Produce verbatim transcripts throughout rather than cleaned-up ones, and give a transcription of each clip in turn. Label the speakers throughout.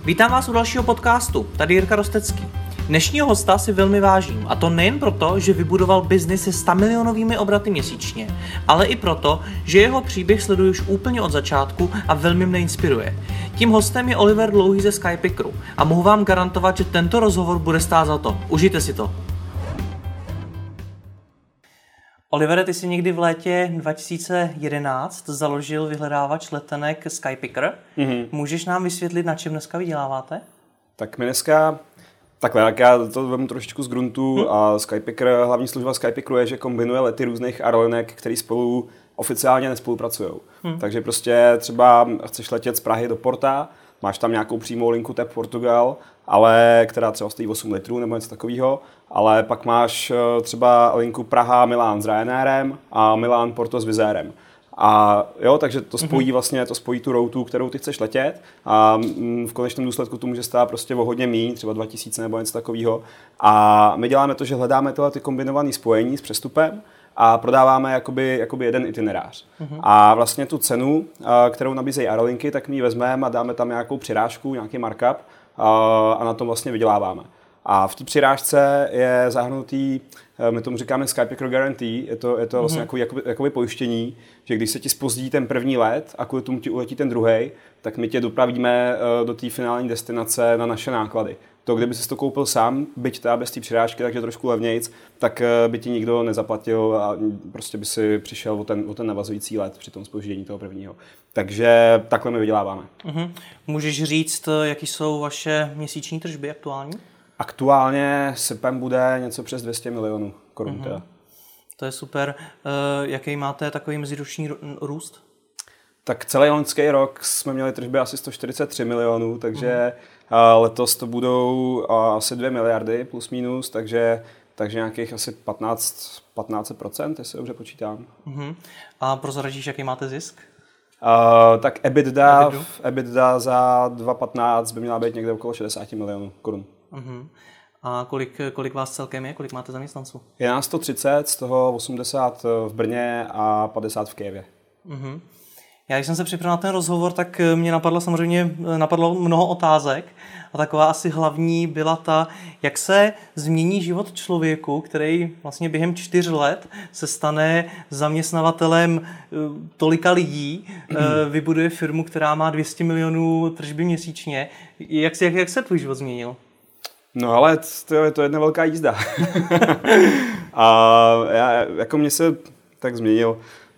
Speaker 1: Vítám vás u dalšího podcastu, tady Jirka Rostecký. Dnešního hosta si velmi vážím, a to nejen proto, že vybudoval biznis se sto milionovými obraty měsíčně, ale i proto, že jeho příběh sleduji už úplně od začátku a velmi mne inspiruje. Tím hostem je Oliver Dlouhý ze Skypickeru a mohu vám garantovat, že tento rozhovor bude stát za to. Užijte si to. Olivere, ty jsi někdy v létě dva tisíce jedenáct založil vyhledávač letenek Skypicker. Mm-hmm. Můžeš nám vysvětlit, na čem dneska vyděláváte?
Speaker 2: Tak my dneska, takhle, jak já to vemu trošičku z gruntu hmm. a Skypicker, hlavní služba Skypickeru je, že kombinuje lety různých aerolinek, které spolu oficiálně nespolupracují. Hmm. Takže prostě třeba chceš letět z Prahy do Porta, máš tam nějakou přímou linku T E P Portugal, ale která třeba stojí osm litrů nebo něco takového, ale pak máš třeba linku Praha-Milán s Ryanairem a Milán-Porto s Wizz Airem. A jo, takže to spojí vlastně, to spojí tu routu, kterou ty chceš letět a v konečném důsledku to může stát prostě o hodně míň, třeba dva tisíce nebo něco takového. A my děláme to, že hledáme tyhle ty kombinované spojení s přestupem a prodáváme jakoby, jakoby jeden itinerář. Uh-huh. A vlastně tu cenu, kterou nabízejí aerolinky, tak my ji vezmeme a dáme tam nějakou přirážku, nějaký markup a na tom vlastně vyděláváme. A v té přirážce je zahrnutý, my tomu říkáme Skypicker Guarantee, je to, je to mm-hmm. vlastně jako, jakoby, jakoby pojištění, že když se ti zpozdí ten první let a kvůli tomu ti uletí ten druhý, tak my tě dopravíme do té finální destinace na naše náklady. To, kdyby jsi to koupil sám, byť teda bez té přirážky, takže trošku levnějc, tak by ti nikdo nezaplatil a prostě by si přišel o ten, o ten navazující let při tom zpoždění toho prvního. Takže takhle my vyděláváme. Mm-hmm.
Speaker 1: Můžeš říct, jaký jsou vaše měsíční tržby aktuální?
Speaker 2: Aktuálně S I P em bude něco přes dvě stě milionů korun. Uh-huh. Teda.
Speaker 1: To je super. Uh, jaký máte takový meziroční růst?
Speaker 2: Tak celý loňský rok jsme měli tržby asi sto čtyřicet tři milionů, takže uh-huh. letos to budou uh, asi dvě miliardy plus minus, takže, takže nějakých asi patnáct procent, jestli dobře počítám. Uh-huh.
Speaker 1: A prozradíš, jaký máte zisk?
Speaker 2: Uh, tak EBITDA, EBITDA za dva tisíce patnáct by měla být někde okolo šedesát milionů korun.
Speaker 1: Uh-huh. A kolik, kolik vás celkem je? Kolik máte zaměstnanců?
Speaker 2: Je nás sto třicet, z toho osmdesát v Brně a padesát v Kyjevě.
Speaker 1: Uh-huh. Já když jsem se připravil na ten rozhovor, tak mě napadlo samozřejmě napadlo mnoho otázek. A taková asi hlavní byla ta, jak se změní život člověku, který vlastně během čtyř let se stane zaměstnavatelem tolika lidí, vybuduje firmu, která má dvě stě milionů tržby měsíčně. Jak, jak, jak se tvůj život změnil?
Speaker 2: No ale to je to jedna velká jízda. A já, jako mě se tak změnil.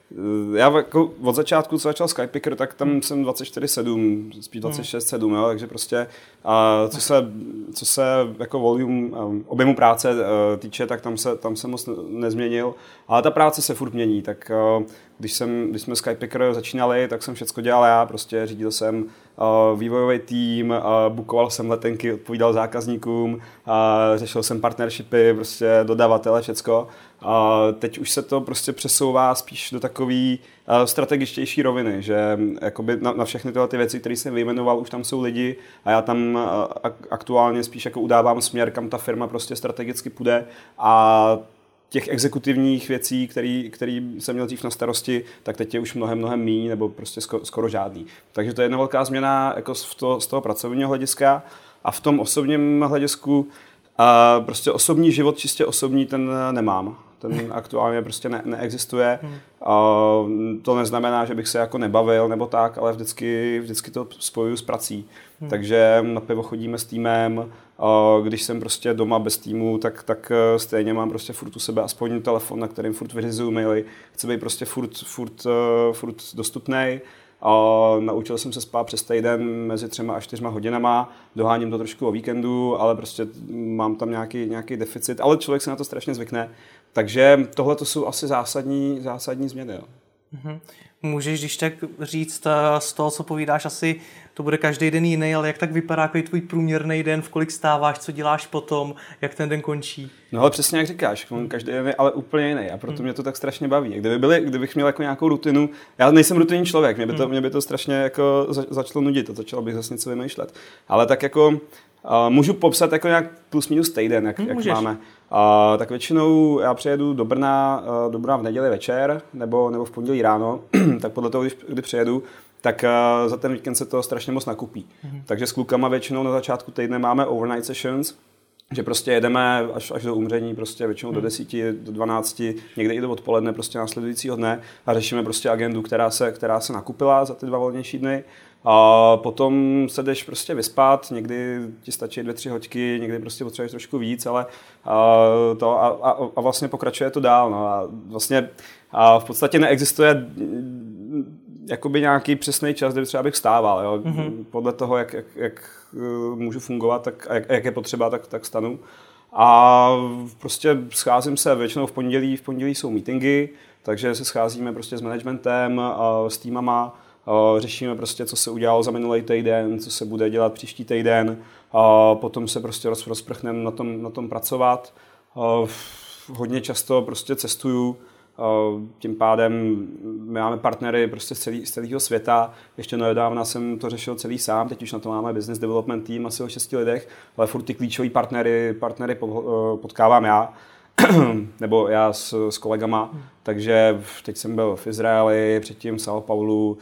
Speaker 2: Já jako od začátku, co začal Skypicker, tak tam jsem dvacet čtyři sedm, spíš dvacet šest sedm, jo, takže prostě a co se, co se jako volume, objemu práce týče, tak tam se, tam se moc nezměnil, ale ta práce se furt mění, tak když, jsem, když jsme Skypicker začínali, tak jsem všecko dělal já, prostě řídil jsem vývojový tým, bookoval jsem letenky, odpovídal zákazníkům, řešil jsem partnershipy, prostě dodavatele, všecko. A teď už se to prostě přesouvá spíš do takové strategičtější roviny, že jakoby na, na všechny tyhle ty věci, které jsem vyjmenoval, už tam jsou lidi a já tam aktuálně spíš jako udávám směr, kam ta firma prostě strategicky půjde a těch exekutivních věcí, který, který jsem měl dřív na starosti, tak teď je už mnohem, mnohem míň nebo prostě skoro, skoro žádný. Takže to je jedna velká změna jako z, to, z toho pracovního hlediska a v tom osobním hledisku a prostě osobní život, čistě osobní, ten nemám. Ten aktuálně prostě ne, neexistuje. A to neznamená, že bych se jako nebavil nebo tak, ale vždycky, vždycky to spojuju s prací. Hmm. Takže na pivo chodíme s týmem, a když jsem prostě doma bez týmu, tak, tak stejně mám prostě furt u sebe aspoň telefon, na kterým furt vyřizuju maily. Chci být prostě furt, furt, furt dostupnej. A naučil jsem se spát přes týden mezi třema a čtyřma hodinama, doháním to trošku o víkendu, ale prostě mám tam nějaký, nějaký deficit, ale člověk se na to strašně zvykne. Takže tohle to jsou asi zásadní, zásadní změny. Jo.
Speaker 1: Mm-hmm. Můžeš, když tak říct z toho, co povídáš, asi to bude každý den jiný, ale jak tak vypadá jako tvůj průměrný den, v kolik stáváš, co děláš potom, jak ten den končí?
Speaker 2: No ale přesně jak říkáš, každý den je ale úplně jiný a proto hmm. mě to tak strašně baví. Kdyby byli, kdybych měl jako nějakou rutinu, já nejsem rutinní člověk, mě by to, hmm. mě by to strašně jako za, začalo nudit a začalo bych zase něco vymýšlet. Ale tak jako uh, můžu popsat jako nějak plus minus týden, jak, hmm, jak máme. Uh, tak většinou já přijedu do Brna, uh, do Brna v neděli večer nebo, nebo v pondělí ráno, tak podle toho, když, kdy přijedu, tak uh, za ten víkend se to strašně moc nakupí. Mm-hmm. Takže s klukama většinou na začátku týdne máme overnight sessions, že prostě jedeme až, až do umření, prostě většinou hmm. do desíti, do dvanácti, někde i do odpoledne prostě následujícího dne a řešíme prostě agendu, která se, která se nakupila za ty dva volnější dny. A potom se jdeš prostě vyspat, někdy ti stačí dvě, tři hoďky, někdy prostě potřebuješ trošku víc, ale a, to a, a, a vlastně pokračuje to dál. No. A vlastně a v podstatě neexistuje jakoby nějaký přesný čas, kde třeba bych vstával. Jo. Mm-hmm. Podle toho, jak, jak, jak můžu fungovat, tak, jak, jak je potřeba, tak, tak stanu. A prostě scházím se většinou v pondělí, v pondělí jsou meetingy, takže se scházíme prostě s managementem, s týmama, řešíme prostě, co se udělalo za minulý týden, co se bude dělat příští týden, a potom se prostě roz, rozprchneme na tom, na tom pracovat. Hodně často prostě cestuju, tím pádem my máme partnery prostě z, celý, z celého světa. Ještě nedávna jsem to řešil celý sám, teď už na to máme business development tým asi o šesti lidech, ale furt ty klíčový partnery, partnery potkávám já, nebo já s, s kolegama, takže teď jsem byl v Izraeli, předtím v São Paulu,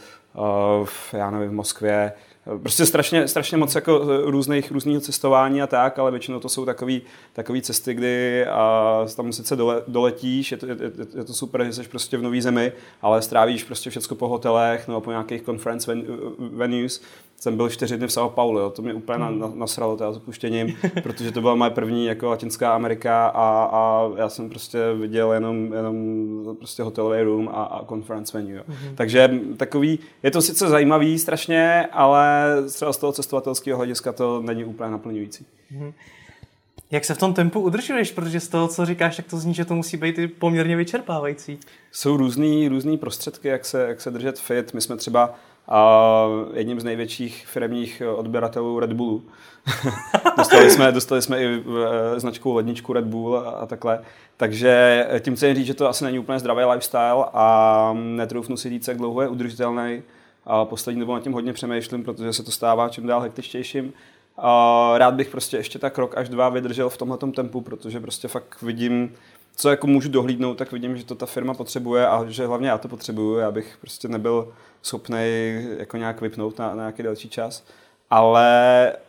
Speaker 2: v, já nevím, v Moskvě. Prostě strašně, strašně moc jako různých, různého cestování a tak, ale většinou to jsou takový, takový cesty, kdy a tam sice dole, doletíš, je to, je, je to super, že jsi prostě v nový zemi, ale strávíš prostě všecko po hotelech nebo po nějakých conference venues. Jsem byl čtyři dny v São Paulo, jo. To mě úplně na, na, nasralo teda s opuštěním, protože to byla moje první jako Latinská Amerika a, a já jsem prostě viděl jenom, jenom prostě hotelový room a, a conference venue. Jo. Mm-hmm. Takže takový, je to sice zajímavý strašně, ale třeba z toho cestovatelského hlediska to není úplně naplňující.
Speaker 1: Mm-hmm. Jak se v tom tempu udržuješ? Protože z toho, co říkáš, tak to zní, že to musí být i poměrně vyčerpávající.
Speaker 2: Jsou různý, různý prostředky, jak se, jak se držet fit. My jsme třeba a jedním z největších firemních odběratelů Red Bullu. dostali, jsme, dostali jsme i značku ledničku Red Bull a, a takhle. Takže tím chci říct, že to asi není úplně zdravý lifestyle a netroufnu si říct, jak dlouho je udržitelný. A poslední dobou nad tím hodně přemýšlím, protože se to stává čím dál hektičtějším. A rád bych prostě ještě tak rok až dva vydržel v tomhletom tempu, protože prostě fakt vidím, co jako můžu dohlídnout, tak vidím, že to ta firma potřebuje a že hlavně já to potřebuju, abych prostě nebyl schopný jako nějak vypnout na, na nějaký další čas. Ale e,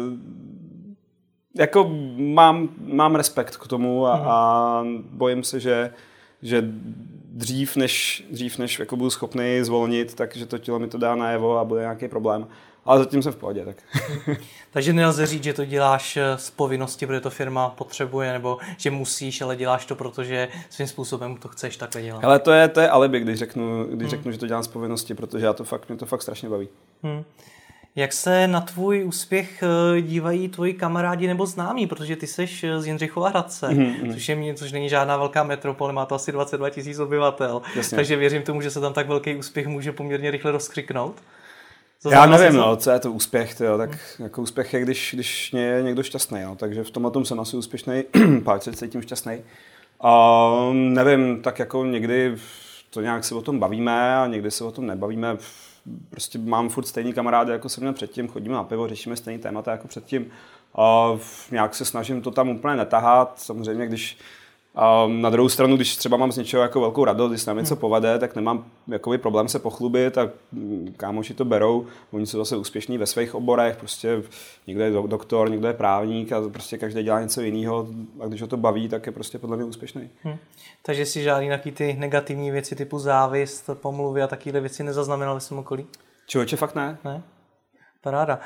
Speaker 2: jako mám, mám respekt k tomu a, a bojím se, že, že dřív, než, dřív, než jako budu schopný zvolnit, takže to tělo mi to dá najevo a bude nějaký problém. Ale zatím jsem v pohodě. Tak.
Speaker 1: Takže nelze říct, že to děláš z povinnosti, protože to firma potřebuje, nebo že musíš, ale děláš to, protože svým způsobem to chceš takhle dělat.
Speaker 2: Hele, to je, to je alibi, když řeknu, když hmm. řeknu, že to dělám z povinnosti, protože já to fakt, mě to fakt strašně baví. Hmm.
Speaker 1: Jak se na tvůj úspěch dívají tvoji kamarádi nebo známí, protože ty seš z Jindřichova Hradce, mm-hmm. což, je, což není žádná velká metropole, má to asi dvacet dva tisíc obyvatel, Jasně. takže věřím tomu, že se tam tak velký úspěch může poměrně rychle rozkřiknout.
Speaker 2: Co Já nevím, no, co je to úspěch, tyjo, tak hmm. jako úspěch je, když, když je někdo šťastný, no, takže v tomhle tom jsem asi úspěšný, páč se cítím šťastný. A nevím, tak jako někdy to nějak se o tom bavíme a někdy se o tom nebavíme. Prostě mám furt stejný kamarády, jako jsem měl předtím, chodíme na pivo, řešíme stejný témata jako předtím. A nějak se snažím to tam úplně netahat, samozřejmě, když a na druhou stranu, když třeba mám z něčeho jako velkou radost, když se nám něco hmm. povede, tak nemám jakoby problém se pochlubit a kámoši to berou. Oni jsou zase úspěšní ve svých oborech, prostě někdo je doktor, někdo je právník a prostě každý dělá něco jiného a když ho to baví, tak je prostě podle mě úspěšný. Hmm.
Speaker 1: Takže si žádný nějaký ty negativní věci typu závist, pomluvy a takovéhle věci nezaznamenal ve svém okolí?
Speaker 2: Člověče, fakt ne.
Speaker 1: Ne? Paráda.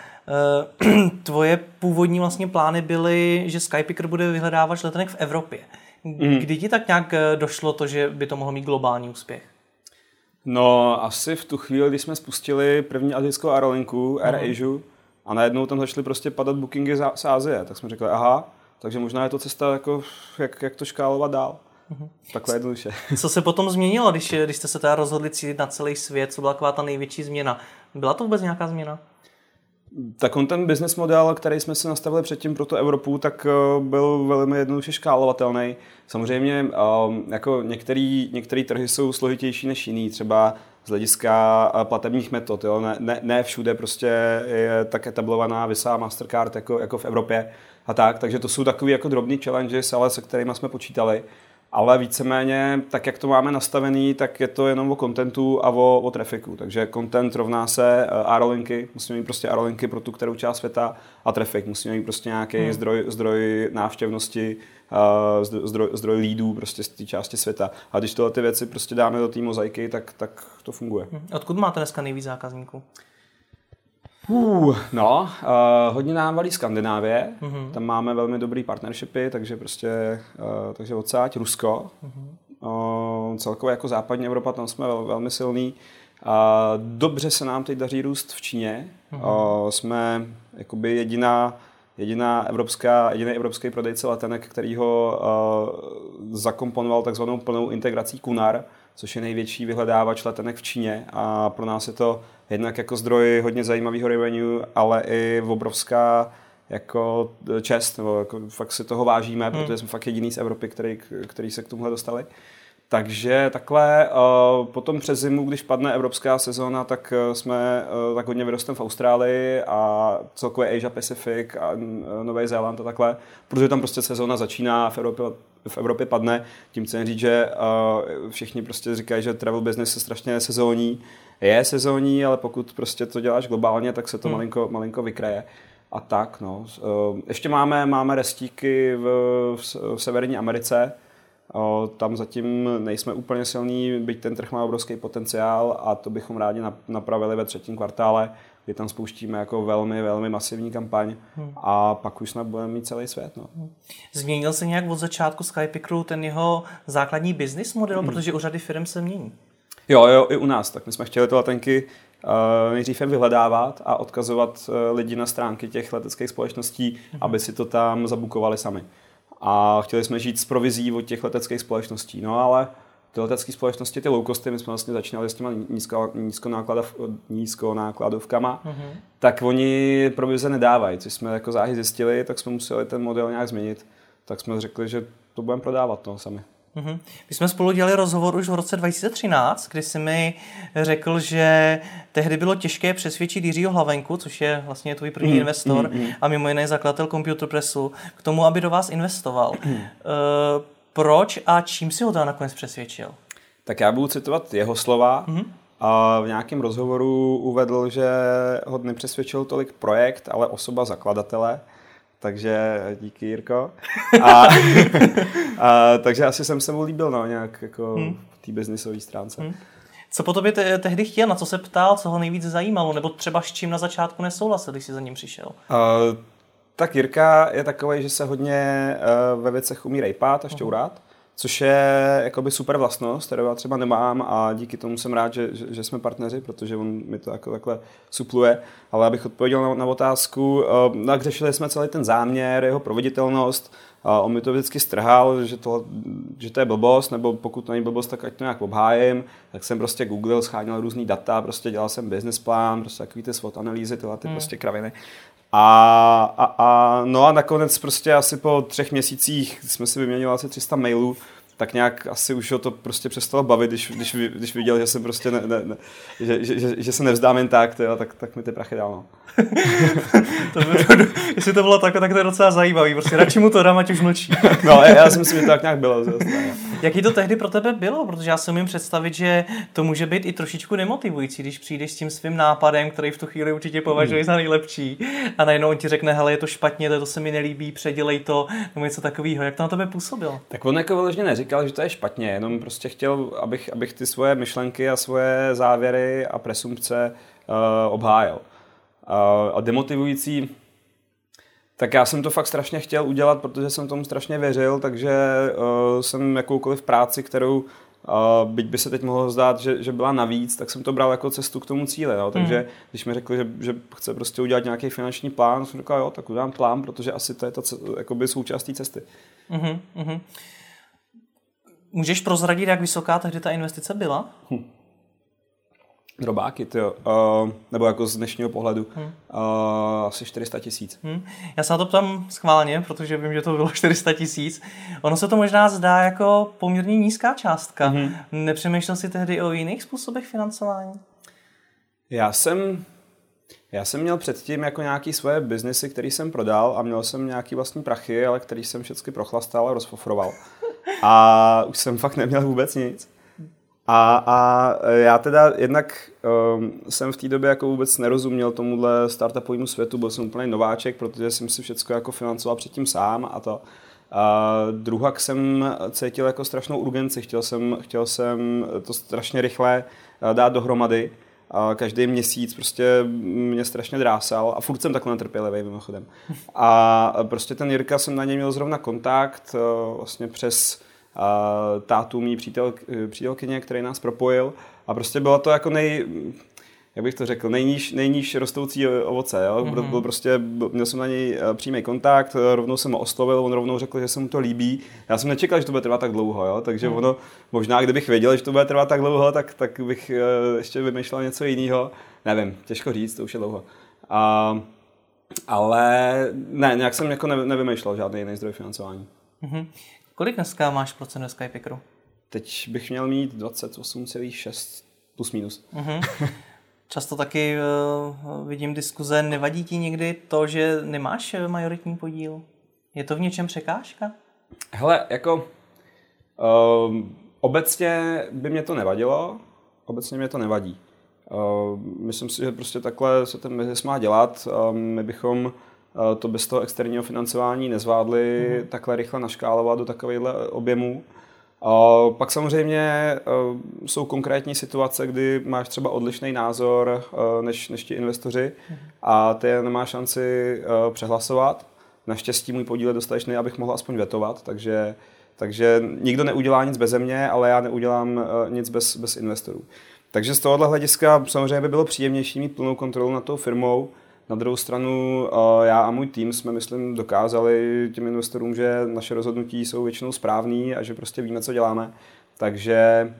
Speaker 1: Tvoje původní vlastně plány byly, že Skypicker bude vyhledávat letenek v Evropě. Mm. Kdy ti tak nějak došlo to, že by to mohlo mít globální úspěch?
Speaker 2: No, asi v tu chvíli, kdy jsme spustili první asijskou aerolinku, Air Asia, a najednou tam začaly prostě padat bookingy z Asie, tak jsme řekli, aha, takže možná je to cesta, jako, jak, jak to škálovat dál. Mm-hmm. Takhle jednoduše.
Speaker 1: Co se potom změnilo, když, když jste se teda rozhodli cílit na celý svět, co byla taková ta největší změna? Byla to vůbec nějaká změna?
Speaker 2: Tak on ten business model, který jsme si nastavili předtím pro tu Evropu, tak byl velmi jednoduše škálovatelný. Samozřejmě jako některý, některý trhy jsou složitější než jiný, třeba z hlediska platebních metod. Jo? Ne, ne, ne všude prostě je tak etablovaná Visa, Mastercard jako, jako v Evropě a tak, takže to jsou takový jako drobný challenges, ale se kterými jsme počítali. ale víceméně, tak jak to máme nastavený, tak je to jenom o contentu a o, o trafiku. Takže content rovná se aerolinky, musíme mít prostě aerolinky pro tu kterou část světa a trafik, musíme mít prostě nějaký hmm. zdroj, zdroj návštěvnosti, uh, zdroj, zdroj leadů prostě z té části světa. A když tohle ty věci prostě dáme do té mozaiky, tak, tak to funguje.
Speaker 1: Hmm. Odkud máte dneska nejvíc zákazníků?
Speaker 2: Uh, no, uh, hodně nám valí Skandinávie, mm-hmm. tam máme velmi dobrý partnershipy, takže prostě, uh, takže odsáď, Rusko, mm-hmm. uh, celkově jako západní Evropa, tam jsme vel, velmi silný. Uh, dobře se nám teď daří růst v Číně, mm-hmm. uh, jsme jakoby jediná, jediná evropská, jediný evropský prodejce letenek, který ho uh, zakomponoval takzvanou plnou integrací Kunar, což je největší vyhledávač letenek v Číně a pro nás je to jednak jako zdroj hodně zajímavého revenue, ale i obrovská jako čest, nebo jako fakt si toho vážíme, hmm. protože jsme fakt jediný z Evropy, který, který se k tomuhle dostali. Takže takhle potom přes zimu, když padne evropská sezóna, tak jsme tak hodně vyrosteme v Austrálii a celkově Asia Pacific a Nový Zéland a takhle, protože tam prostě sezóna začíná a v Evropě, v Evropě padne. Tím chci říct, že všichni prostě říkají, že travel business je strašně sezónní. Je sezónní, ale pokud prostě to děláš globálně, tak se to hmm. malinko, malinko vykraje. A tak, no. Ještě máme, máme restíky v, v, v Severní Americe. Tam zatím nejsme úplně silní, byť ten trh má obrovský potenciál a to bychom rádi napravili ve třetím kvartále, kdy tam spouštíme jako velmi, velmi masivní kampaň hmm. a pak už snad budeme mít celý svět. No.
Speaker 1: Změnil se nějak od začátku Skypickeru ten jeho základní business model, hmm. protože u řady firm se mění?
Speaker 2: Jo, jo, i u nás. Tak my jsme chtěli ty letenky uh, nejdřív jen vyhledávat a odkazovat uh, lidi na stránky těch leteckých společností, hmm. aby si to tam zabukovali sami. A chtěli jsme žít z provizí od těch leteckých společností. No ale ty letecké společnosti, ty low costy, my jsme vlastně začínali s těma nízko, nízkonákladov, nízkonákladovkama, mm-hmm. tak oni provize nedávají, což jsme jako záhy zjistili, tak jsme museli ten model nějak změnit. Tak jsme řekli, že to budeme prodávat no, sami.
Speaker 1: Mm-hmm. My jsme spolu dělali rozhovor už v roce dva tisíce třináct, kdy jsi mi řekl, že tehdy bylo těžké přesvědčit Jiřího Hlavenku, což je vlastně tvůj první mm, investor mm, mm. a mimo jiné zakladatel Computer Pressu, k tomu, aby do vás investoval. Mm. Uh, proč a čím si ho to nakonec přesvědčil?
Speaker 2: Tak já budu citovat jeho slova. Mm. A v nějakém rozhovoru uvedl, že ho nepřesvědčil tolik projekt, ale osoba zakladatele. Takže díky, Jirko. A, a, takže asi jsem se mu líbil, no, nějak jako hmm. v té biznisové stránce. Hmm.
Speaker 1: Co po tobě te- tehdy chtěl, na co se ptal, co ho nejvíc zajímalo, nebo třeba s čím na začátku nesouhlasil, když jsi za ním přišel? Uh,
Speaker 2: tak Jirka je takovej, že se hodně uh, ve věcech umí rejpat a šťourat, uh-huh. což je jakoby super vlastnost, kterou já třeba nemám a díky tomu jsem rád, že, že, že jsme partneři, protože on mi to jako takhle supluje. Ale abych odpověděl na, na otázku, uh, tak řešili jsme celý ten záměr, jeho proveditelnost. Uh, on mi to vždycky strhal, že to, že to je blbost, nebo pokud to není blbost, tak ať to nějak obhájím. Tak jsem prostě googlil, scháněl různý data, prostě dělal jsem business plán, prostě takový ty SWOT analýzy, tyhle ty hmm. prostě kraviny. A, a, a no a nakonec prostě asi po třech měsících jsme si vyměnili asi tři sta mailů, tak nějak asi už ho to prostě přestalo bavit, když, když, když viděl, že jsem prostě ne, ne, ne, že, že, že, že se nevzdám jen tak, tyjo, tak, tak mi ty prachy dal. No.
Speaker 1: to by, to, jestli to bylo takhle, tak to je docela zajímavý, prostě radši mu to dám, ať už mlčí.
Speaker 2: No, já, já si myslím, že to tak nějak bylo.
Speaker 1: Jaký to tehdy pro tebe bylo? Protože já si umím představit, že to může být i trošičku demotivující, když přijdeš s tím svým nápadem, který v tu chvíli určitě považuješ za nejlepší a najednou on ti řekne, hele, je to špatně, to se mi nelíbí, předělej to, nebo něco takového. Jak to na tebe působilo?
Speaker 2: Tak on jako vyloženě neříkal, že to je špatně, jenom prostě chtěl, abych, abych ty svoje myšlenky a svoje závěry a presumpce uh, obhájil. Uh, a demotivující, tak já jsem to fakt strašně chtěl udělat, protože jsem tomu strašně věřil, takže uh, jsem jakoukoliv práci, kterou uh, byť by se teď mohlo zdát, že, že byla navíc, tak jsem to bral jako cestu k tomu cíli. No? Takže mm. když mi řekli, že, že chce prostě udělat nějaký finanční plán, jsem říkal, jo, tak udělám plán, protože asi to je ta jakoby součást té cesty.
Speaker 1: Mm-hmm, mm-hmm. Můžeš prozradit, jak vysoká tehdy ta investice byla? Hm.
Speaker 2: Drobáky, tyjo. Uh, nebo jako z dnešního pohledu. Hmm. Uh, asi čtyři sta tisíc. Hmm.
Speaker 1: Já se na to ptám schválně, protože vím, že to bylo čtyři sta tisíc. Ono se to možná zdá jako poměrně nízká částka. Hmm. Nepřemýšlel jsi tehdy o jiných způsobech financování?
Speaker 2: Já jsem... Já jsem měl předtím jako nějaký svoje biznesy, který jsem prodal a měl jsem nějaký vlastní prachy, ale který jsem všechny prochlastal a rozfofroval. A už jsem fakt neměl vůbec nic. A, a já teda jednak um, jsem v té době jako vůbec nerozuměl tomuhle startupovému světu, byl jsem úplně nováček, protože jsem si všechno jako financoval předtím sám a to. A druhak jsem cítil jako strašnou urgenci, chtěl jsem, chtěl jsem to strašně rychle dát dohromady. A každý měsíc prostě mě strašně drásal a furt jsem takhle netrpělivý mimochodem. A prostě ten Jirka, jsem na něj měl zrovna kontakt vlastně přes tátu mý přítel, přítelkyně, který nás propojil a prostě bylo to jako nej, jak bych to řekl, nejníž, nejníž rostoucí ovoce. Jo? Mm-hmm. Byl prostě, měl jsem na něj přímý kontakt, rovnou jsem ho oslovil, on rovnou řekl, že se mu to líbí. Já jsem nečekal, že to bude trvat tak dlouho, jo? Takže mm. ono, možná kdybych věděl, že to bude trvat tak dlouho, tak, tak bych ještě vymýšlel něco jiného. Nevím, těžko říct, to už je dlouho. A, ale ne, nějak jsem jako nevymýšlel žádný jiný zdroj financování.
Speaker 1: Mm-hmm. Kolik dneska máš procent ve Skypickeru?
Speaker 2: Teď bych měl mít dvacet osm celá šest plus minus.
Speaker 1: Mm-hmm. Často taky uh, vidím diskuze, nevadí ti někdy to, že nemáš majoritní podíl? Je to v něčem překážka?
Speaker 2: Hele, jako uh, obecně by mě to nevadilo, obecně mě to nevadí. Uh, myslím si, že prostě takhle se ten biznes má dělat. Uh, my bychom uh, to bez toho externího financování nezvládli mm. takhle rychle naškálovat do takovýchhle objemů. Uh, pak samozřejmě uh, jsou konkrétní situace, kdy máš třeba odlišný názor uh, než, než ti investoři mm. a ty nemá šanci uh, přehlasovat. Naštěstí můj podíl je dostatečný, abych mohl aspoň vetovat, takže, takže nikdo neudělá nic beze mě, ale já neudělám uh, nic bez, bez investorů. Takže z tohohle hlediska samozřejmě by bylo příjemnější mít plnou kontrolu nad tou firmou. Na druhou stranu já a můj tým jsme, myslím, dokázali těm investorům, že naše rozhodnutí jsou většinou správný a že prostě víme, co děláme. Takže,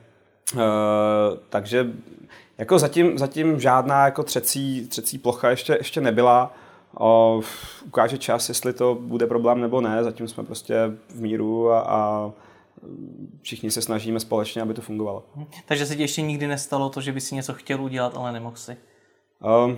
Speaker 2: takže jako zatím, zatím žádná jako třecí, třecí plocha ještě, ještě nebyla. Ukáže čas, jestli to bude problém nebo ne. Zatím jsme prostě v míru a, a všichni se snažíme společně, aby to fungovalo.
Speaker 1: Takže se ti ještě nikdy nestalo to, že by si něco chtěl udělat, ale nemohl si?
Speaker 2: Um,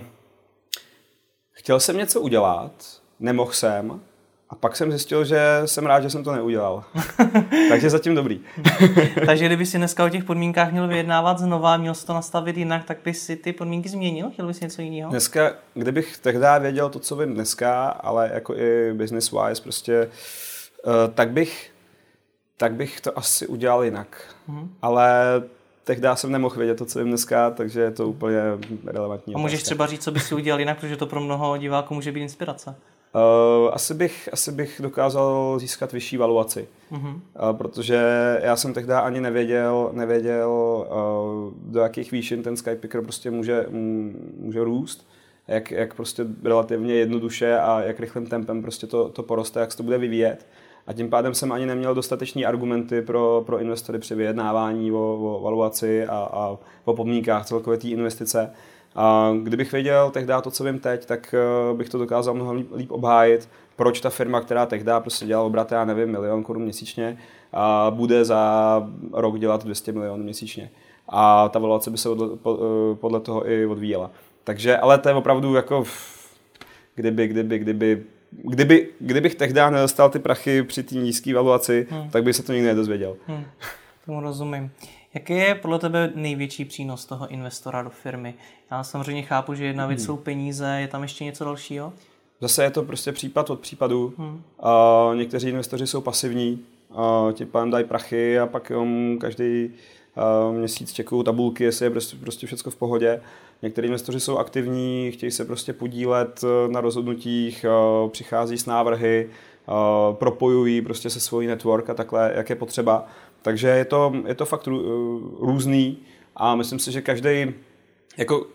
Speaker 2: Chtěl jsem něco udělat, nemohl jsem a pak jsem zjistil, že jsem rád, že jsem to neudělal. Takže zatím dobrý.
Speaker 1: Takže kdyby si dneska o těch podmínkách měl vyjednávat znova, měl jsi to nastavit jinak, tak by si ty podmínky změnil? Chtěl bys něco jiného?
Speaker 2: Dneska, kdybych tehdy věděl to, co vím dneska, ale jako i business wise prostě, tak bych, tak bych to asi udělal jinak. Hmm. Ale tehdy jsem nemohl vědět to, co vím dneska, takže je to úplně relevantní.
Speaker 1: A můžeš otázka. Třeba říct, co bys si udělal jinak, protože to pro mnoho diváků může být inspirace.
Speaker 2: Uh, asi, bych, asi bych dokázal získat vyšší valuaci, uh-huh. uh, protože já jsem tehdy ani nevěděl, nevěděl uh, do jakých výšin ten Skypicker prostě může, může růst, jak, jak prostě relativně jednoduše a jak rychlým tempem prostě to, to poroste, jak se to bude vyvíjet. A tím pádem jsem ani neměl dostatečné argumenty pro, pro investory při vyjednávání o, o valuaci a, a o podmínkách celkové té investice. A kdybych věděl tehdy to, co vím teď, tak bych to dokázal mnohem líp, líp obhájit, proč ta firma, která tehdy prostě dělala obrat, já nevím, milion korun měsíčně, a bude za rok dělat dvě stě milionů měsíčně. A ta valuace by se odle, podle toho i odvíjela. Takže, ale to je opravdu jako, kdyby, kdyby, kdyby, Kdyby, kdybych tehdy nedostal ty prachy při té nízké valuaci, hmm. tak bych se to nikdy nedozvěděl.
Speaker 1: Hmm. Tomu rozumím. Jaký je podle tebe největší přínos toho investora do firmy? Já samozřejmě chápu, že jedna věc hmm. jsou peníze, je tam ještě něco dalšího?
Speaker 2: Zase je to prostě případ od případu. Hmm. Uh, někteří investoři jsou pasivní, uh, ti pádem dají prachy a pak um, každý uh, měsíc čekují tabulky, jestli je prostě, prostě všechno v pohodě. Někteří investoři jsou aktivní, chtějí se prostě podílet na rozhodnutích, přichází s návrhy, propojují prostě se svojí network a takhle, jak je potřeba. Takže je to, je to fakt různý a myslím si, že každý, jako,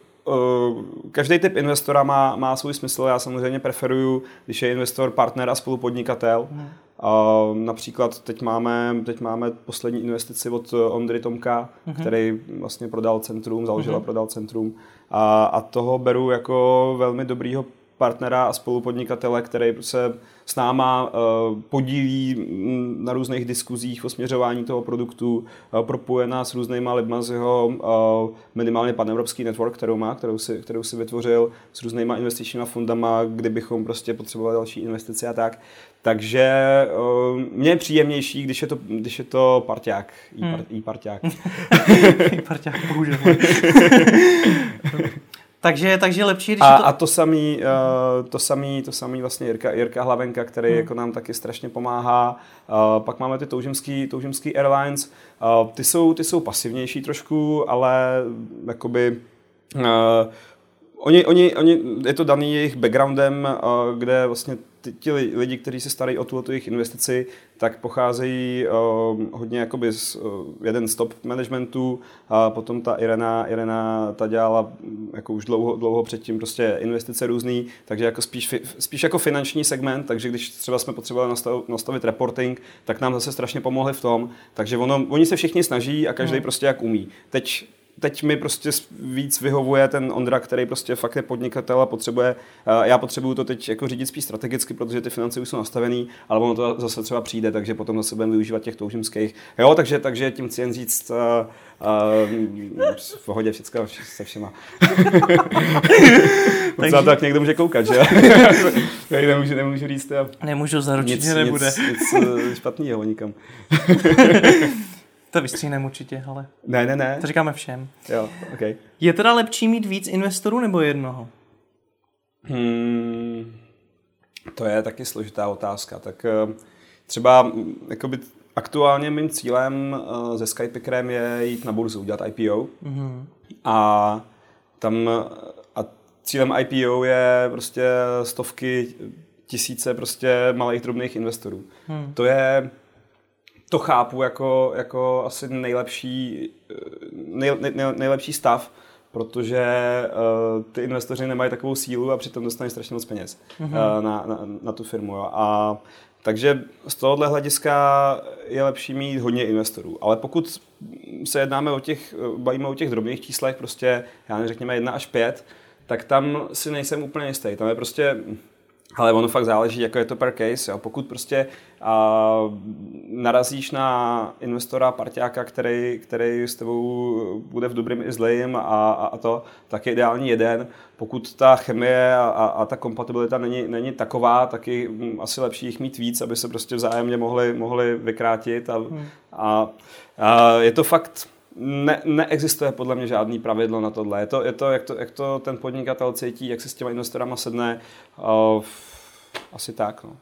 Speaker 2: každý typ investora má, má svůj smysl. Já samozřejmě preferuju, když je investor partner a spolupodnikatel. Hmm. Uh, například teď máme, teď máme poslední investici od Ondry Tomka, uh-huh. který vlastně prodal centrum, založil a uh-huh. prodal centrum. A, a toho beru jako velmi dobrýho partnera a spolupodnikatele, který se s náma podílí na různých diskuzích o směřování toho produktu, propuje nás s různýma lidma z jeho minimálně panevropský network, kterou má, kterou si, kterou si vytvořil, s různýma investičníma fundama, kdybychom prostě potřebovali další investice a tak. Takže mně je příjemnější, když je to, když je to parťák,
Speaker 1: hmm.
Speaker 2: i-parťák.
Speaker 1: I-parťák, bohužel. Takže, takže lepší, když
Speaker 2: a,
Speaker 1: to...
Speaker 2: a to samý, uh, to samý, to samý vlastně Jirka, Jirka Hlavenka, který hmm. jako nám taky strašně pomáhá. Uh, pak máme ty toužimský, toužimský Airlines. Uh, ty, jsou, ty jsou pasivnější trošku, ale jakoby... Uh, oni, oni, oni, je to daný jejich backgroundem, uh, kde vlastně ty, ti lidi, kteří se starají o tu, o tu jejich investici, tak pocházejí uh, hodně jakoby z uh, jeden z top managementu a potom ta Irena, Irena ta dělala jako už dlouho, dlouho předtím prostě investice různý, takže jako spíš, spíš jako finanční segment, takže když třeba jsme potřebovali nastavit, nastavit reporting, tak nám zase strašně pomohli v tom, takže ono, oni se všichni snaží a každý hmm. prostě jak umí. Teď Teď mi prostě víc vyhovuje ten Ondra, který prostě fakt je podnikatel a potřebuje, já potřebuju to teď jako řídit spíš strategicky, protože ty finance už jsou nastavený, ale ono to zase třeba přijde, takže potom zase budeme využívat těch toužimských. Jo, takže, takže tím chci jen říct, uh, uh, v pohodě všecko se všema. takže... tak někdo může koukat, že? nemůžu, nemůžu říct.
Speaker 1: Nemůžu zaručit, že nebude.
Speaker 2: Nic, nic špatného nikam.
Speaker 1: To vystříhneme určitě, ale...
Speaker 2: Ne, ne, ne.
Speaker 1: To říkáme všem.
Speaker 2: Jo, okay.
Speaker 1: Je teda lepší mít víc investorů nebo jednoho?
Speaker 2: Hmm, to je taky složitá otázka. Tak třeba jakoby, aktuálně mým cílem se Skypickerem je jít na burzu, udělat I P O. Mm-hmm. A tam a cílem I P O je prostě stovky, tisíce prostě malých drobných investorů. Hmm. To je... To chápu jako, jako asi nejlepší, nej, nej, nejlepší stav, protože uh, ty investoři nemají takovou sílu a přitom dostanou strašně moc peněz mm-hmm. uh, na, na, na tu firmu. Jo. A, takže z tohohle hlediska je lepší mít hodně investorů. Ale pokud se jednáme o těch, bavíme o těch drobných číslech, prostě, já nevím, řekněme jedna až pět, tak tam si nejsem úplně jistý. Tam je prostě... Ale ono fakt záleží, jako je to per case. Jo. Pokud prostě uh, narazíš na investora, parťáka, který, který s tebou bude v dobrým i zlým a, a, a to, tak je ideální jeden. Pokud ta chemie a, a, a ta kompatibilita není, není taková, tak je asi lepší jich mít víc, aby se prostě vzájemně mohli, mohli vykrátit. A, hmm. a, a je to fakt... Ne, neexistuje podle mě žádný pravidlo na tohle. Je to, je to, jak to, jak to ten podnikatel cítí, jak se s těma investorama sedne. Uh, asi tak, no.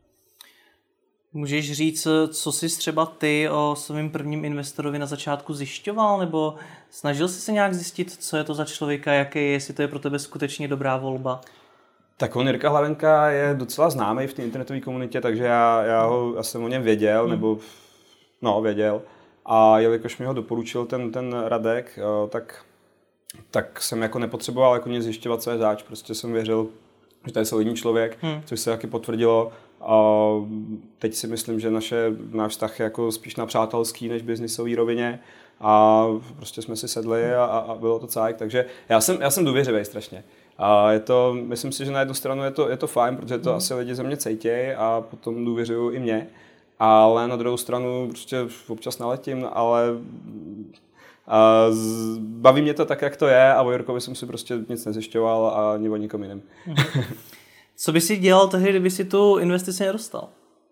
Speaker 1: Můžeš říct, co jsi třeba ty o svém prvním investorovi na začátku zjišťoval, nebo snažil jsi se nějak zjistit, co je to za člověka, jaký je, jestli to je pro tebe skutečně dobrá volba?
Speaker 2: Tak on, Jirka Hlavenka, je docela známý v té internetové komunitě, takže já, já, ho, já jsem o něm věděl, hmm. nebo no, věděl. A jelikož mi ho doporučil ten, ten Radek, tak, tak jsem jako nepotřeboval jako nic zjišťovat, co je zač. Prostě jsem věřil, že to je solidní člověk, hmm. což se taky potvrdilo. A teď si myslím, že naše, náš vztah je jako spíš na přátelský než biznisový rovině. A prostě jsme si sedli a, a bylo to cajk. Takže já jsem, já jsem důvěřivý strašně. A je to, myslím si, že na jednu stranu je to, je to fajn, protože to hmm. asi lidi ze mě cejtějí a potom důvěřují i mě. Ale na druhou stranu prostě občas naletím, ale a z, baví mě to tak, jak to je a o Jirkovi jsem si prostě nic nezjišťoval a ani o nikom jiném.
Speaker 1: Co by si dělal tehdy, kdyby si tu investici nedostal?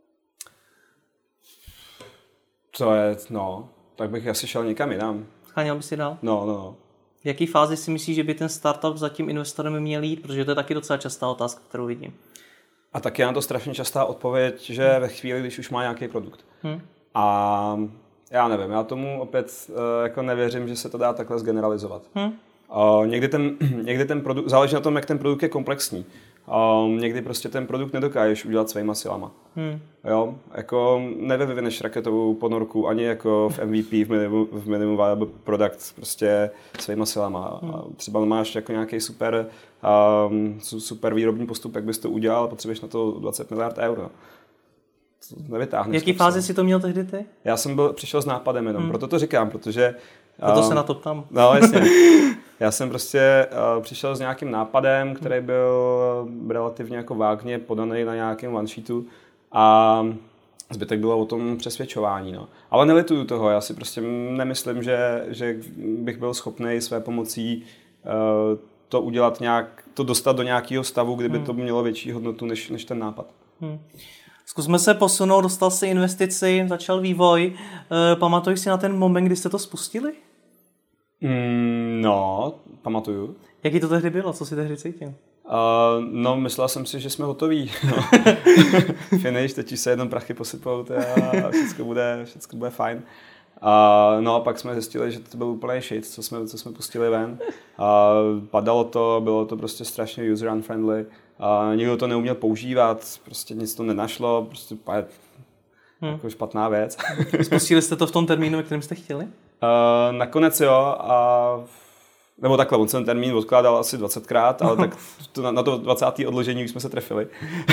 Speaker 2: To je, no, tak bych asi šel někam jinam.
Speaker 1: Scháněl by si dál?
Speaker 2: No, no, no.
Speaker 1: V jaký fázi si myslíš, že by ten startup za tím investorem měl jít? Protože to je taky docela častá otázka, kterou vidím.
Speaker 2: A taky je na to strašně častá odpověď, že ve chvíli, když už má nějaký produkt. Hmm. A já nevím, já tomu opět uh, jako nevěřím, že se to dá takhle zgeneralizovat. Hmm. Uh, někdy ten, někdy ten produkt, záleží na tom, jak ten produkt je komplexní. Uh, někdy prostě ten produkt nedokážeš udělat svýma silama. Hmm. Jo, jako nevyvineš raketovou ponorku ani jako v M V P, v minimum, v minimum viable product, prostě svýma silama. Hmm. A třeba máš jako nějaký super, um, super výrobní postup, jak bys to udělal, a potřebuješ na to dvacet miliard eur. Nevytáhneš.
Speaker 1: Jaký fázi si to měl tehdy ty?
Speaker 2: Já jsem byl, přišel s nápadem jenom, hmm. proto to říkám, protože...
Speaker 1: Proto um, se na to ptám.
Speaker 2: No, jasně. Já jsem prostě uh, přišel s nějakým nápadem, který byl relativně jako vágně podaný na nějakém one sheetu a zbytek bylo o tom přesvědčování. No. Ale nelituju toho, já si prostě nemyslím, že, že bych byl schopný své pomocí uh, to udělat nějak, to dostat do nějakého stavu, kdyby hmm. to mělo větší hodnotu než, než ten nápad. Hmm.
Speaker 1: Zkusme se posunout, dostal si investici, začal vývoj. E, pamatuješ si na ten moment, kdy jste to spustili?
Speaker 2: Mm, no, pamatuju.
Speaker 1: Jaký to tehdy bylo? Co jsi tehdy cítil?
Speaker 2: Uh, no, myslel jsem si, že jsme hotoví. Finish, teď se jenom prachy posypou a všechno bude, všechno bude fajn. Uh, no a pak jsme zjistili, že to byl úplný shit, co jsme, co jsme pustili ven. Uh, padalo to, bylo to prostě strašně user unfriendly. Uh, nikdo to neuměl používat, prostě nic to nenašlo, prostě hmm. jako špatná věc.
Speaker 1: Spustili jste to v tom termínu, ve kterém jste chtěli?
Speaker 2: Uh, nakonec jo, a nebo takhle, on ten termín odkládal asi dvacetkrát, ale tak to, na, na to dvacáté odložení už jsme se trefili.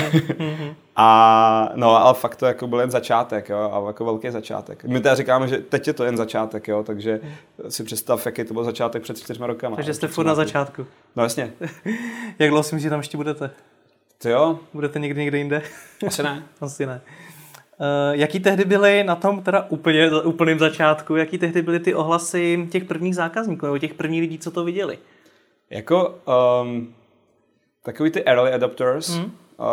Speaker 2: A no, ale fakt to jako byl jen začátek, jo, a jako velký začátek. My teda říkáme, že teď je to jen začátek, jo, takže si představ, jaký to byl začátek před čtyřma rokama.
Speaker 1: Takže jste furt na začátku.
Speaker 2: No jasně.
Speaker 1: Jak dlouho si myslíš, že tam ještě budete?
Speaker 2: To jo.
Speaker 1: Budete někdy někde jinde?
Speaker 2: Asi ne.
Speaker 1: Asi ne. Uh, jaký tehdy byly na tom teda úplně úplným začátku, jaký tehdy byly ty ohlasy těch prvních zákazníků nebo těch prvních lidí, co to viděli?
Speaker 2: Jako um, takový ty early adopters, mm. uh,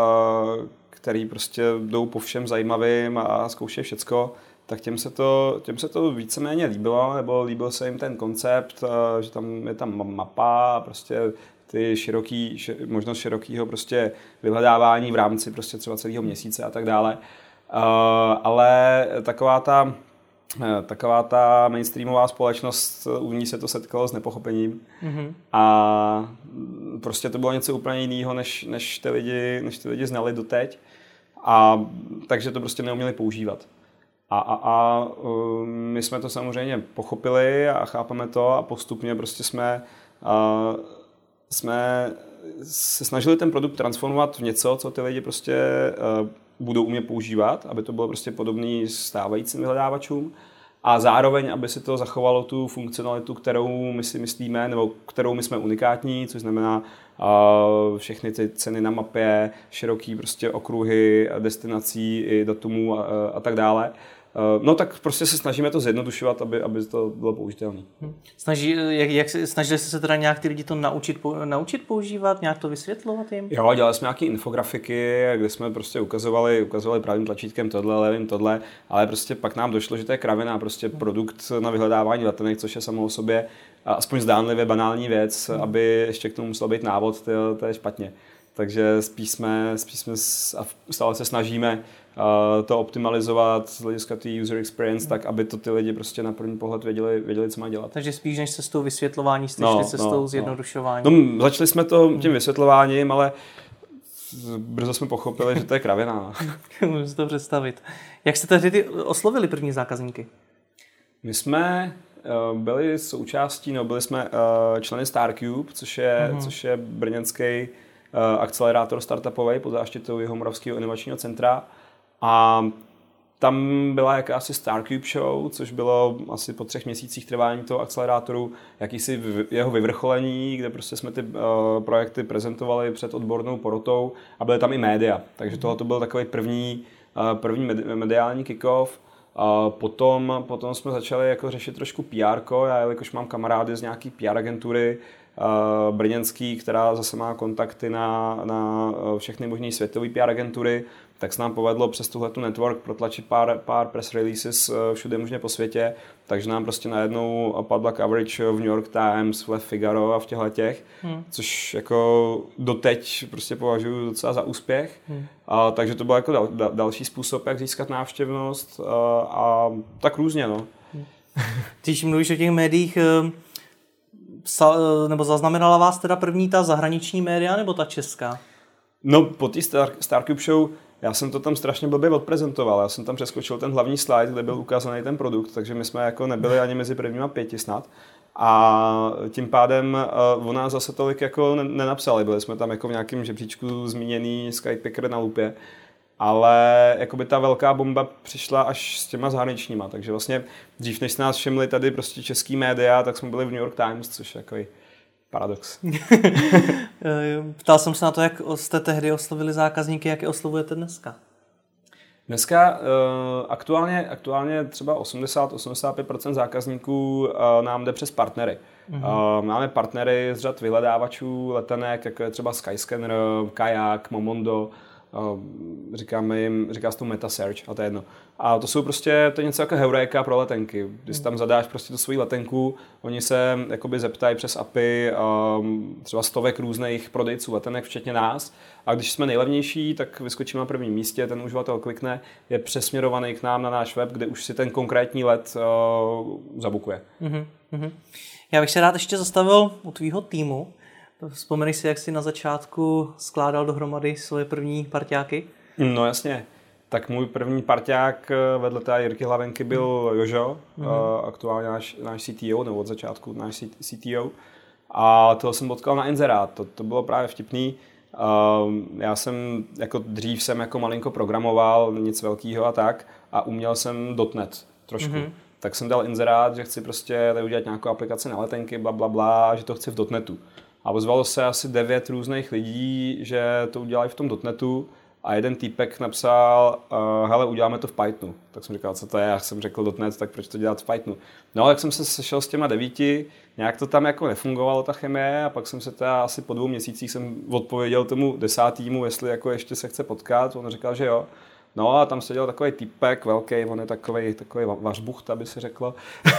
Speaker 2: který prostě jdou po všem zajímavým a zkoušejí všecko, tak těm se to, těm se to víceméně líbilo, nebo líbil se jim ten koncept, uh, že tam je tam mapa, prostě ty široký, ši, možnost širokého prostě vyhledávání v rámci prostě třeba celého měsíce a tak dále. Uh, ale taková ta, taková ta mainstreamová společnost, u ní se to setkalo s nepochopením mm-hmm. a prostě to bylo něco úplně jiného, než, než, ty lidi, než ty lidi znali doteď, a takže to prostě neuměli používat. A, a, a uh, my jsme to samozřejmě pochopili a chápeme to a postupně prostě jsme, uh, jsme se snažili ten produkt transformovat v něco, co ty lidi prostě uh, budou umět používat, aby to bylo prostě podobný stávajícím vyhledávačům a zároveň, aby si to zachovalo tu funkcionalitu, kterou my si myslíme, nebo kterou my jsme unikátní, což znamená uh, všechny ty ceny na mapě, široký prostě okruhy destinací i datumů a, a tak dále. Uh, no tak prostě se snažíme to zjednodušovat, aby, aby to bylo použitelné.
Speaker 1: Snaží, jak, jak, snažili jste se teda nějak ty lidi to naučit, naučit používat, nějak to vysvětlovat jim?
Speaker 2: Jo, dělali jsme nějaké infografiky, kde jsme prostě ukazovali, ukazovali pravým tlačítkem tohle, levým tohle, ale prostě pak nám došlo, že to je kravina, prostě produkt na vyhledávání letenek, což je samo o sobě aspoň zdánlivě banální věc, hmm. aby ještě k tomu musel být návod, to, to je špatně. Takže spíš jsme, spíš jsme a stále se snažíme uh, to optimalizovat z hlediska té user experience, mm. tak aby to ty lidi prostě na první pohled věděli, věděli co má dělat.
Speaker 1: Takže spíš než se s tou vysvětlování, jste šli se s tou zjednodušováním.
Speaker 2: No, začali jsme to tím vysvětlováním, ale brzo jsme pochopili, že to je kravina.
Speaker 1: Můžu si to představit. Jak jste tehdy ty oslovili první zákazníky? My
Speaker 2: jsme uh, byli součástí, no byli jsme uh, členy StarCube, což je, mm. což je brněnský Uh, akcelerátor startupový pod záštitou Jihomoravského inovačního centra, a tam byla jakási StarCube show, což bylo asi po třech měsících trvání toho akcelerátoru, jakýsi jeho vyvrcholení, kde prostě jsme ty uh, projekty prezentovali před odbornou porotou a byly tam i média. Takže tohle to byl takový první, uh, první mediální kick-off. Uh, potom, potom jsme začali jako řešit trošku P R ko, já jelikož mám kamarády z nějaký P R agentury, Uh, brněnský, která zase má kontakty na, na všechny možné světové P R agentury, tak se nám povedlo přes tuhletu network protlačit pár, pár press releases všude možně po světě, takže nám prostě najednou padla coverage v New York Times, v Le Figaro a v těchto těch, hmm. což jako doteď prostě považuji docela za úspěch. Hmm. A, takže to byl jako dal, dal, další způsob, jak získat návštěvnost a, a tak různě. No.
Speaker 1: Hmm. Když mluvíš o těch médiích, nebo zaznamenala vás teda první ta zahraniční média nebo ta česká?
Speaker 2: No po té Star, StarCube show já jsem to tam strašně blbě odprezentoval. Já jsem tam přeskočil ten hlavní slide, kde byl ukázaný ten produkt, takže my jsme jako nebyli ani mezi prvníma pěti snad. A tím pádem uh, o nás zase tolik jako nenapsali. Byli jsme tam jako v nějakém žebříčku zmíněný Skypicker na lupě. Ale jakoby ta velká bomba přišla až s těma zahraničníma, takže vlastně dřív než se nás všimli tady prostě český média, tak jsme byli v New York Times, což je jako Paradox.
Speaker 1: Ptal jsem se na to, jak jste tehdy oslovili zákazníky, jak je oslovujete dneska?
Speaker 2: Dneska uh, aktuálně, aktuálně třeba osmdesát až osmdesát pět procent zákazníků uh, nám jde přes partnery. Mm-hmm. Uh, máme partnery z řad vyhledávačů letenek, jako je třeba Skyscanner, Kayak, Momondo, uh, říkáme jim, říká se to Metasearch, a to je jedno. A to jsou prostě, to je něco jako heuréka pro letenky. Když si tam zadáš prostě tu svoji letenku, oni se jakoby zeptají přes A P I um, třeba stovek různých prodejců letenek, včetně nás. A když jsme nejlevnější, tak vyskočíme na prvním místě, ten uživatel klikne, je přesměrovaný k nám na náš web, kde už si ten konkrétní let uh, zabukuje.
Speaker 1: Mm-hmm. Já bych se rád ještě zastavil u tvýho týmu. Vzpomeneš si, jak jsi na začátku skládal dohromady svoje první parťáky?
Speaker 2: No jasně. Tak můj první parťák vedle té Jirky Hlavenky byl Jožo, mm-hmm. aktuálně náš, náš C T O, nebo od začátku náš C T O. A toho jsem potkal na inzerát, to, to bylo právě vtipný. Já jsem, jako dřív jsem jako malinko programoval, nic velkýho a tak, a uměl jsem .net trošku. Mm-hmm. Tak jsem dal inzerát, že chci prostě tady udělat nějakou aplikaci na letenky, bla, bla, bla, že to chci v .netu. A ozvalo se asi devět různých lidí, že to udělají v tom .netu. A jeden týpek napsal, uh, hele, uděláme to v Pythonu. Tak jsem říkal, co to je? Já jsem řekl .net, tak proč to dělat v Pythonu? No, tak jsem se sešel s těma devíti, nějak to tam jako nefungovalo, ta chemie, a pak jsem se teda asi po dvou měsících jsem odpověděl tomu desátýmu, jestli jako ještě se chce potkat. On říkal, že jo. No a tam seděl takový týpek, velký, on je takový, takový vařbucht, aby se řeklo.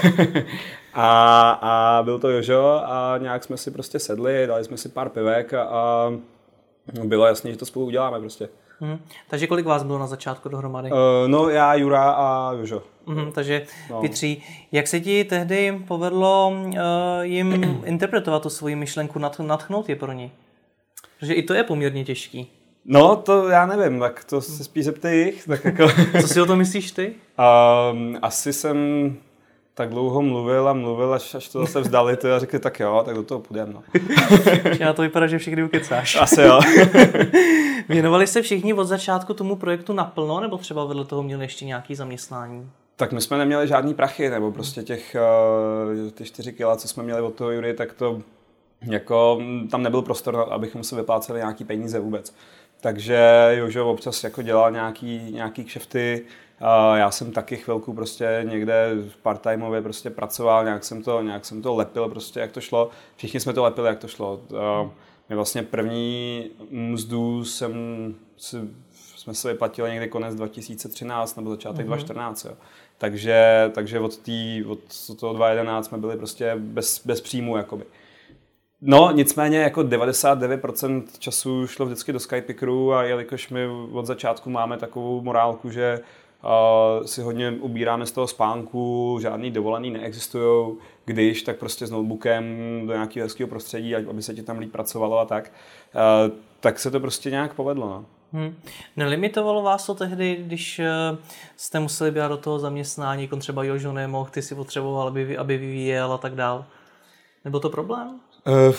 Speaker 2: a, a byl to Jožo a nějak jsme si prostě sedli, dali jsme si pár pivek a, a bylo jasné, že to spolu uděláme prostě.
Speaker 1: Hmm. Takže kolik vás bylo na začátku dohromady?
Speaker 2: Uh, no já, Jura a Jožo.
Speaker 1: Hmm, takže no. Vy tři. Jak se ti tehdy povedlo uh, jim interpretovat tu svoji myšlenku, nadchnout je pro ní? Protože i to je poměrně těžký.
Speaker 2: No, to já nevím, tak to se spíš zeptej jich. Tak jako...
Speaker 1: Co si o tom myslíš ty?
Speaker 2: Um, asi jsem tak dlouho mluvil a mluvil, až, až to zase vzdali ty a řekli, tak jo, tak do toho půjdem. No.
Speaker 1: Já to vypadá, že všichni ukecáš.
Speaker 2: Asi jo.
Speaker 1: Věnovali se všichni od začátku tomu projektu naplno, nebo třeba vedle toho měli ještě nějaké zaměstnání?
Speaker 2: Tak my jsme neměli žádný prachy, nebo prostě těch uh, ty čtyři kila, co jsme měli od toho Jury, tak to jako tam nebyl prostor, abychom si vypláceli nějaký peníze vůbec. Takže Jožo občas jako dělal nějaký, nějaký kšefty, uh, já jsem taky chvilku prostě někde part-timeově prostě pracoval, nějak jsem to, nějak jsem to lepil prostě, jak to šlo. Všichni jsme to lepili, jak to šlo. Uh, my vlastně první mzdu jsem si, jsme se vyplatili někdy konec dva tisíce třináct nebo začátek mm-hmm. dva tisíce čtrnáct. Jo. Takže, takže od, tý, od toho dva tisíce jedenáct jsme byli prostě bez, bez příjmu jakoby. No, nicméně jako devadesát devět procent času šlo vždycky do Skypickeru a jelikož my od začátku máme takovou morálku, že uh, si hodně ubíráme z toho spánku, žádný dovolený neexistujou, když, tak prostě s notebookem do nějakého hezkého prostředí, aby se ti tam líp pracovalo a tak, uh, tak se to prostě nějak povedlo. No.
Speaker 1: Hmm. Nelimitovalo vás to tehdy, když uh, jste museli být do toho zaměstnání, jako třeba Jožo nemohl, ty si potřeboval, aby, aby vyvíjel a tak dál? Nebyl to problém?
Speaker 2: Uh,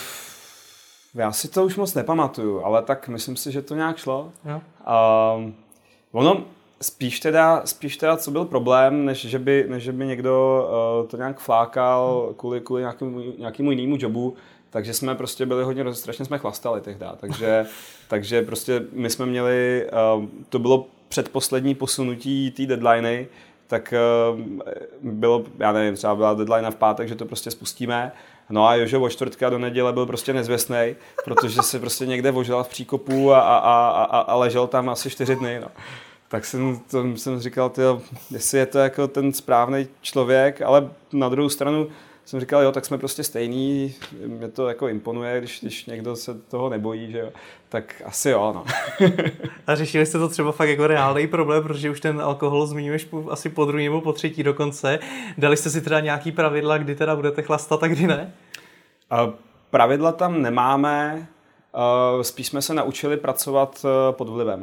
Speaker 2: já si to už moc nepamatuju, ale tak myslím si, že to nějak šlo.
Speaker 1: No.
Speaker 2: Uh, ono spíš teda, spíš teda, co byl problém, než že by, než že by někdo uh, to nějak flákal kvůli, kvůli nějakému, nějakému jinému jobu, takže jsme prostě byli hodně, strašně jsme chlastali tehda, takže, takže prostě my jsme měli, uh, to bylo předposlední posunutí té deadliny, tak uh, bylo, já nevím, třeba byla deadline v pátek, že to prostě spustíme. No a Jožo od čtvrtka do neděle byl prostě nezvěstnej, protože se prostě někde vožil v příkopu a, a, a, a ležel tam asi čtyři dny. No. Tak jsem, to, jsem říkal, tyjo, jestli je to jako ten správný člověk, ale na druhou stranu jsem říkal, jo, tak jsme prostě stejný, mě to jako imponuje, když, když někdo se toho nebojí, že jo, tak asi jo, no.
Speaker 1: A řešili jste to třeba fakt jako reálný problém, protože už ten alkohol zmiňuješ asi po druhý nebo po třetí dokonce. Dali jste si teda nějaký pravidla, kdy teda budete chlastat a kdy ne?
Speaker 2: Uh, pravidla tam nemáme, uh, spíš jsme se naučili pracovat uh, pod vlivem.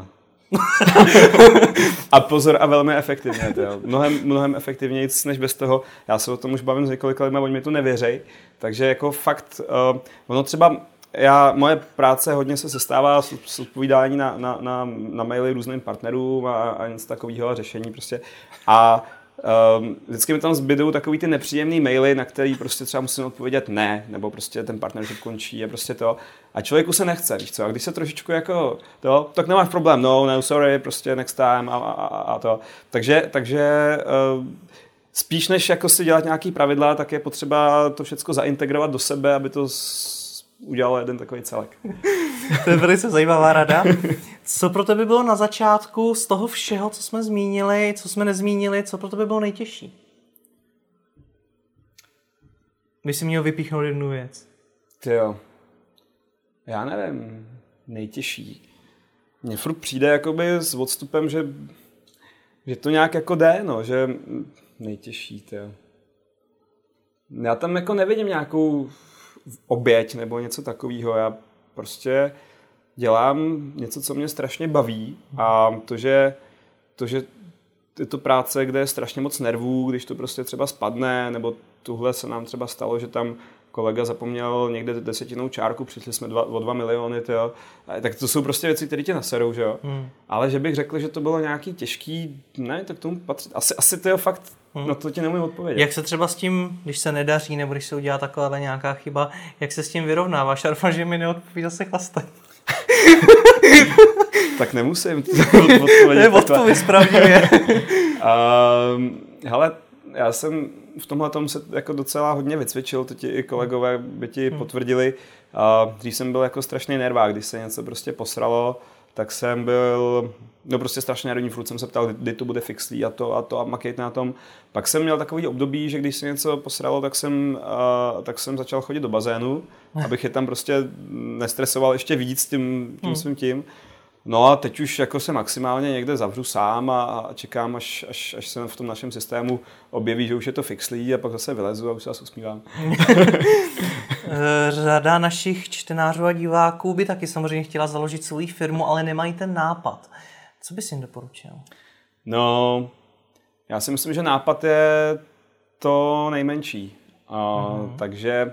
Speaker 2: A pozor, a velmi efektivně, tyjo. Mnohem, mnohem efektivněji než bez toho. Já se o tom už bavím s několika lidmi, oni mi to nevěřejí. Takže jako fakt, uh, ono třeba, já, moje práce hodně se sestává z, z odpovídání na, na, na, na maily různým partnerům a, a něco takového řešení prostě. A um, vždycky mi tam zbydou takový ty nepříjemný maily, na který prostě třeba musím odpovědět ne, nebo prostě ten partnership končí a prostě to. A člověku se nechce, víš co, a když se trošičku jako to, tak nemáš problém, no, no, sorry, prostě next time a, a, a to. Takže, takže uh, spíš než jako si dělat nějaký pravidla, tak je potřeba to všechno zaintegrovat do sebe, aby to s... udělalo jeden takový celek.
Speaker 1: To je velice zajímavá rada. Co pro tebe bylo na začátku z toho všeho, co jsme zmínili, co jsme nezmínili, co pro tebe bylo nejtěžší? Když jsi měl vypíchnout jednu věc.
Speaker 2: Tyjo. Já nevím. Nejtěžší. Mně furt přijde jakoby s odstupem, že, že to nějak jako jde, no, že nejtěžší, tyjo. Já tam jako nevidím nějakou oběť nebo něco takového. Já prostě dělám něco, co mě strašně baví a to, že, to, že je to práce, kde je strašně moc nervů, když to prostě třeba spadne, nebo tuhle se nám třeba stalo, že tam kolega zapomněl někde desetinou čárku, přišli jsme dva, o dva miliony, tyjo. Tak to jsou prostě věci, které tě naserou, že jo. Hmm. Ale že bych řekl, že to bylo nějaký těžký, ne, tak tomu patří. Asi, asi to je fakt, hmm. na to ti nemůžu odpovědět.
Speaker 1: Jak se třeba s tím, když se nedaří, nebo když se udělá taková nějaká chyba, jak se s tím vyrovnáváš? A doufám, že mi neodpoví zase chlastej.
Speaker 2: Tak nemusím odpovědět.
Speaker 1: Je odpověď pravdivě.
Speaker 2: um, hele, já jsem v tomhle tom se jako docela hodně vycvičil, to ti i kolegové by ti hmm. potvrdili. Uh, dřív jsem byl jako strašný nervák, když se něco prostě posralo, tak jsem byl, no prostě strašně nervní, furt jsem se ptal, kdy to bude fixlý a to a to a makejte na tom. Pak jsem měl takový období, že když se něco posralo, tak jsem, uh, tak jsem začal chodit do bazénu, abych je tam prostě nestresoval ještě víc tím, tím hmm. svým tím. No a teď už jako se maximálně někde zavřu sám a, a čekám, až, až, až se v tom našem systému objeví, že už je to fixlý a pak zase vylezu a už se zase usmívám.
Speaker 1: Řada našich čtenářů a diváků by taky samozřejmě chtěla založit svou firmu, ale nemají ten nápad. Co bys jim doporučil?
Speaker 2: No, já si myslím, že nápad je to nejmenší. Uh, mm. Takže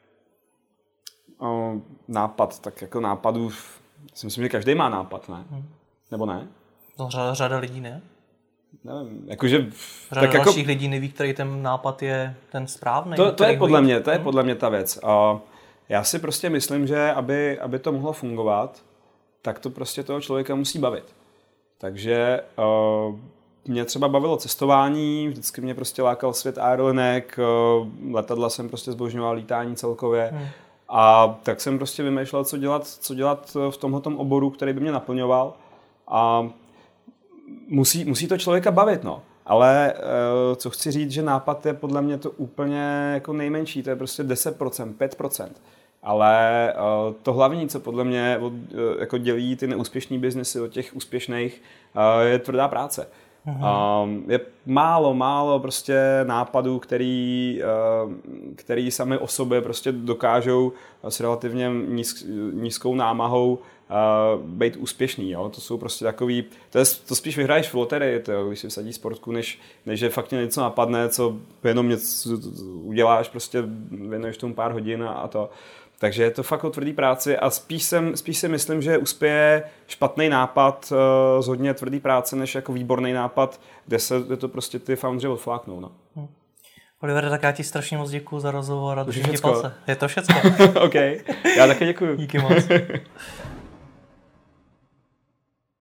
Speaker 2: uh, nápad, tak jako nápadů si myslím, že každý má nápad, ne? Hmm. Nebo ne?
Speaker 1: No, řada, řada lidí ne.
Speaker 2: Nevím, jakože...
Speaker 1: Řada tak dalších jako, lidí neví, který ten nápad je ten správný.
Speaker 2: To, to je podle mě, to je podle mě ta věc. A já si prostě myslím, že aby, aby to mohlo fungovat, tak to prostě toho člověka musí bavit. Takže uh, mě třeba bavilo cestování, vždycky mě prostě lákal svět aerolinek, uh, letadla jsem prostě zbožňoval, lítání celkově. Hmm. A tak jsem prostě vymýšlel, co dělat, co dělat v tomhletom oboru, který by mě naplňoval. A musí, musí to člověka bavit, no. Ale co chci říct, že nápad je podle mě to úplně jako nejmenší, to je prostě deset procent, pět procent. Ale to hlavní, co podle mě jako dělí ty neúspěšný biznesy od těch úspěšných, je tvrdá práce. Um, je málo, málo prostě nápadů, který, uh, který sami o sobě prostě dokážou s relativně nízk, nízkou námahou uh, být úspěšný. Jo? To jsou prostě takový, to, je, to spíš vyhraješ v loterii, to, když si vsadíš sportku, než, než že fakt něco napadne, co jenom něco uděláš, prostě věnuješ tomu pár hodin a, a to. Takže je to fakt o tvrdý práci a spíš, jsem, spíš si myslím, že uspěje špatný nápad uh, z hodně tvrdý práce, než jako výborný nápad, kde se kde to prostě ty foundři odfláknou. No.
Speaker 1: Hmm. Olivere, tak já ti strašně moc děkuju za rozhovor a držím ti palce. Je to všecko.
Speaker 2: OK, já taky děkuju.
Speaker 1: Díky moc.